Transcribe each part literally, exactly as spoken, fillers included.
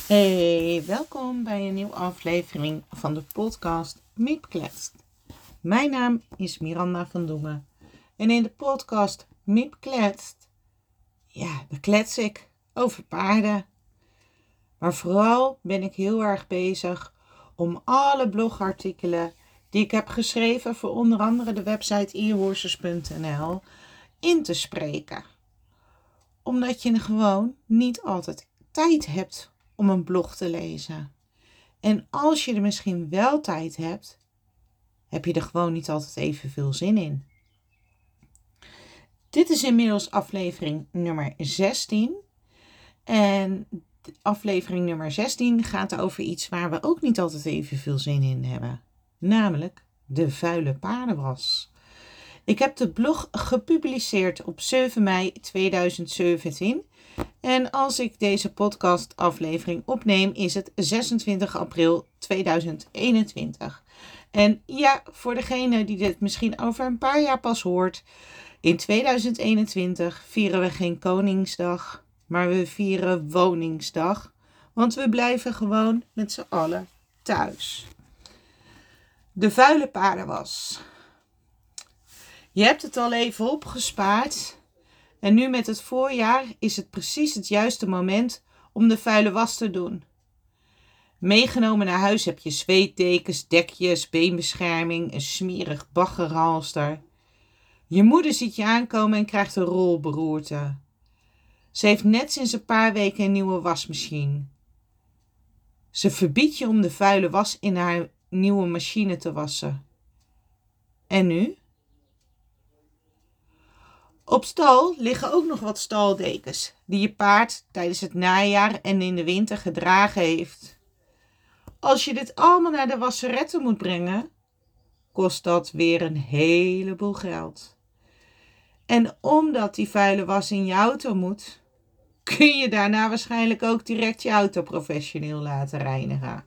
Hey, welkom bij een nieuwe aflevering van de podcast Miep Kletst. Mijn naam is Miranda van Dongen en in de podcast Miep Kletst, ja, daar klets ik over paarden. Maar vooral ben ik heel erg bezig om alle blogartikelen die ik heb geschreven voor onder andere de website e horses punt n l in te spreken. Omdat je gewoon niet altijd tijd hebt om een blog te lezen. En als je er misschien wel tijd hebt, heb je er gewoon niet altijd evenveel zin in. Dit is inmiddels aflevering nummer zestien. En aflevering nummer zestien gaat over iets waar we ook niet altijd evenveel zin in hebben. Namelijk de vuile paardenwas. Ik heb de blog gepubliceerd op zeven mei tweeduizend zeventien. En als ik deze podcastaflevering opneem, is het zesentwintig april tweeduizend eenentwintig. En ja, voor degene die dit misschien over een paar jaar pas hoort, in tweeduizend eenentwintig vieren we geen Koningsdag, maar we vieren Woningsdag. Want we blijven gewoon met z'n allen thuis. De vuile paardenwas. Je hebt het al even opgespaard. En nu met het voorjaar is het precies het juiste moment om de vuile was te doen. Meegenomen naar huis heb je zweetdekens, dekjes, beenbescherming, een smerig baggerhalster. Je moeder ziet je aankomen en krijgt een rolberoerte. Ze heeft net sinds een paar weken een nieuwe wasmachine. Ze verbiedt je om de vuile was in haar nieuwe machine te wassen. En nu? Op stal liggen ook nog wat staldekens die je paard tijdens het najaar en in de winter gedragen heeft. Als je dit allemaal naar de wasseretten moet brengen, kost dat weer een heleboel geld. En omdat die vuile was in je auto moet, kun je daarna waarschijnlijk ook direct je auto professioneel laten reinigen.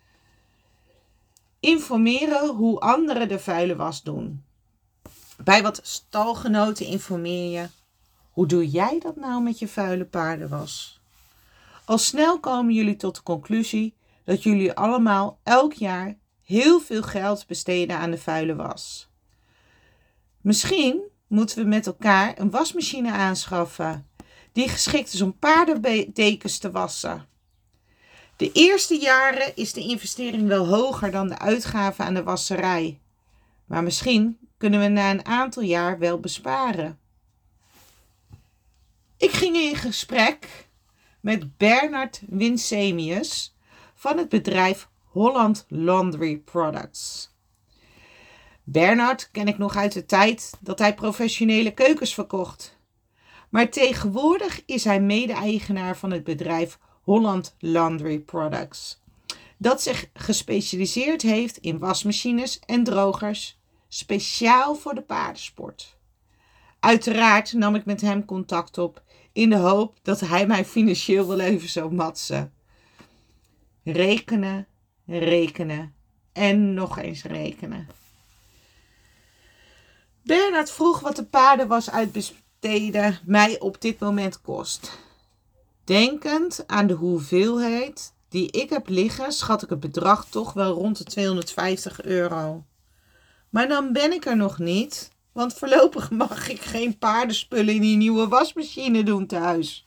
Informeren hoe anderen de vuile was doen. Bij wat stalgenoten informeer je. Hoe doe jij dat nou met je vuile paardenwas? Al snel komen jullie tot de conclusie dat jullie allemaal elk jaar heel veel geld besteden aan de vuile was. Misschien moeten we met elkaar een wasmachine aanschaffen die geschikt is om paardendekens te wassen. De eerste jaren is de investering wel hoger dan de uitgaven aan de wasserij. Maar misschien kunnen we na een aantal jaar wel besparen. Ik ging in gesprek met Bernard Winsemius van het bedrijf Holland Laundry Products. Bernard ken ik nog uit de tijd dat hij professionele keukens verkocht. Maar tegenwoordig is hij mede-eigenaar van het bedrijf Holland Laundry Products, dat zich gespecialiseerd heeft in wasmachines en drogers, speciaal voor de paardensport. Uiteraard nam ik met hem contact op in de hoop dat hij mij financieel wel even zou matsen. Rekenen, rekenen en nog eens rekenen. Bernard vroeg wat de paardenwas uitbesteden mij op dit moment kost. Denkend aan de hoeveelheid die ik heb liggen, schat ik het bedrag toch wel rond de tweehonderdvijftig euro. Maar dan ben ik er nog niet, want voorlopig mag ik geen paardenspullen in die nieuwe wasmachine doen thuis.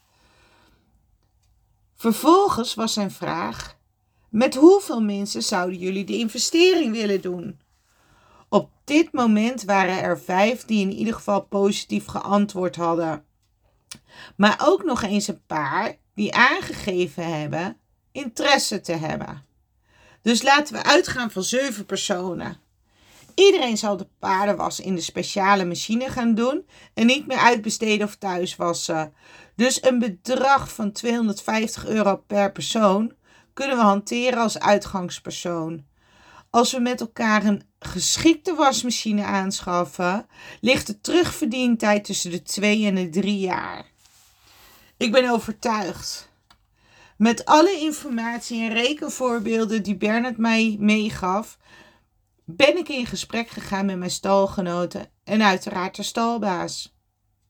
Vervolgens was zijn vraag: met hoeveel mensen zouden jullie de investering willen doen? Op dit moment waren er vijf die in ieder geval positief geantwoord hadden. Maar ook nog eens een paar die aangegeven hebben interesse te hebben. Dus laten we uitgaan van zeven personen. Iedereen zal de paardenwas in de speciale machine gaan doen en niet meer uitbesteden of thuis wassen. Dus een bedrag van tweehonderdvijftig euro per persoon kunnen we hanteren als uitgangspersoon. Als we met elkaar een geschikte wasmachine aanschaffen, ligt de terugverdientijd tussen de twee en de drie jaar. Ik ben overtuigd. Met alle informatie en rekenvoorbeelden die Bernard mij meegaf, ben ik in gesprek gegaan met mijn stalgenoten en uiteraard de stalbaas.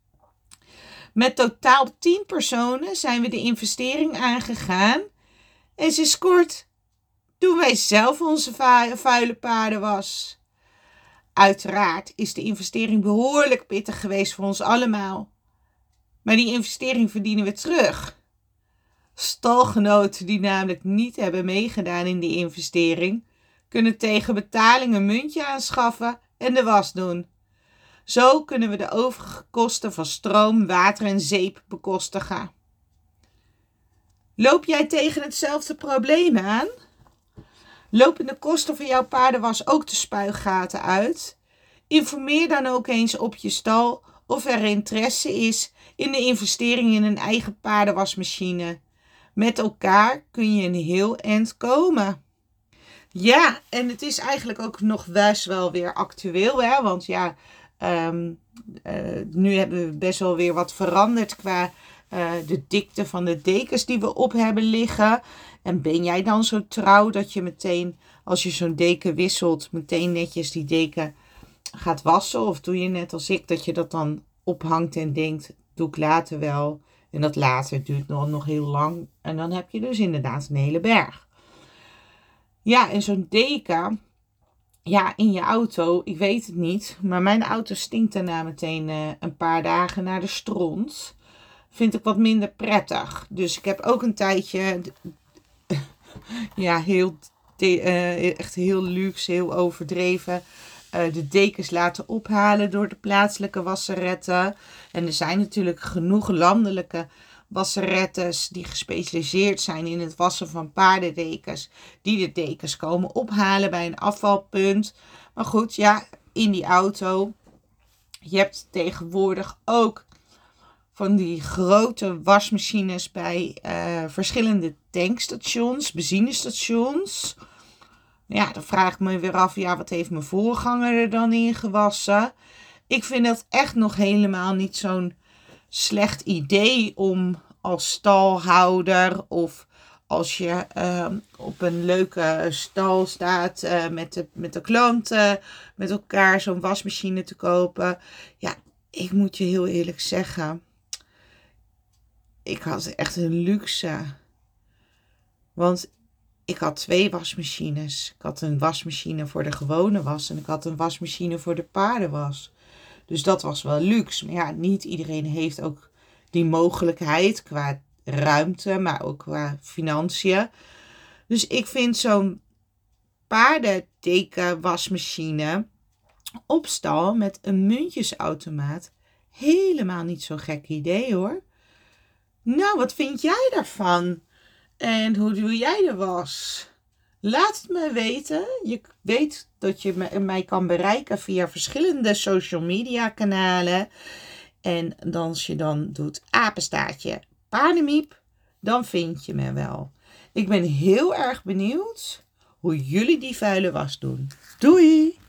Met totaal tien personen zijn we de investering aangegaan En sinds kort doen wij zelf onze vuile paardenwas. Uiteraard is de investering behoorlijk pittig geweest voor ons allemaal. Maar die investering verdienen we terug. Stalgenoten die namelijk niet hebben meegedaan in die investering, kunnen tegen betaling een muntje aanschaffen en de was doen. Zo kunnen we de overige kosten van stroom, water en zeep bekostigen. Loop jij tegen hetzelfde probleem aan? Lopen de kosten van jouw paardenwas ook de spuigaten uit? Informeer dan ook eens op je stal of er interesse is in de investering in een eigen paardenwasmachine. Met elkaar kun je een heel eind komen. Ja, en het is eigenlijk ook nog best wel weer actueel, hè? Want ja, um, uh, nu hebben we best wel weer wat veranderd qua uh, de dikte van de dekens die we op hebben liggen. En ben jij dan zo trouw dat je meteen, als je zo'n deken wisselt, meteen netjes die deken gaat wassen? Of doe je net als ik, dat je dat dan ophangt en denkt, doe ik later wel. En dat later duurt nog, nog heel lang. En dan heb je dus inderdaad een hele berg. Ja, en zo'n deken, ja, in je auto, ik weet het niet. Maar mijn auto stinkt daarna meteen uh, een paar dagen naar de stront. Vind ik wat minder prettig. Dus ik heb ook een tijdje, ja, heel, uh, echt heel luxe, heel overdreven, Uh, de dekens laten ophalen door de plaatselijke wasseretten. En er zijn natuurlijk genoeg landelijke wasserettes die gespecialiseerd zijn in het wassen van paardendekens, die de dekens komen ophalen bij een afvalpunt. Maar goed, ja, in die auto. Je hebt tegenwoordig ook van die grote wasmachines bij uh, verschillende tankstations, benzinestations. Ja, dan vraag ik me weer af, ja, wat heeft mijn voorganger er dan in gewassen? Ik vind dat echt nog helemaal niet zo'n slecht idee om als stalhouder of als je uh, op een leuke stal staat uh, met, de, met de klanten, met elkaar zo'n wasmachine te kopen. Ja, ik moet je heel eerlijk zeggen, ik had echt een luxe. Want ik had twee wasmachines. Ik had een wasmachine voor de gewone was en ik had een wasmachine voor de paardenwas. Dus dat was wel luxe. Maar ja, niet iedereen heeft ook die mogelijkheid qua ruimte, maar ook qua financiën. Dus ik vind zo'n paardendeken wasmachine op stal met een muntjesautomaat helemaal niet zo'n gek idee, hoor. Nou, wat vind jij daarvan? En hoe doe jij de was? Laat het me weten. Je weet dat je mij kan bereiken via verschillende social media kanalen. En als je dan doet apenstaartje paardenmiep, dan vind je me wel. Ik ben heel erg benieuwd hoe jullie die vuile was doen. Doei!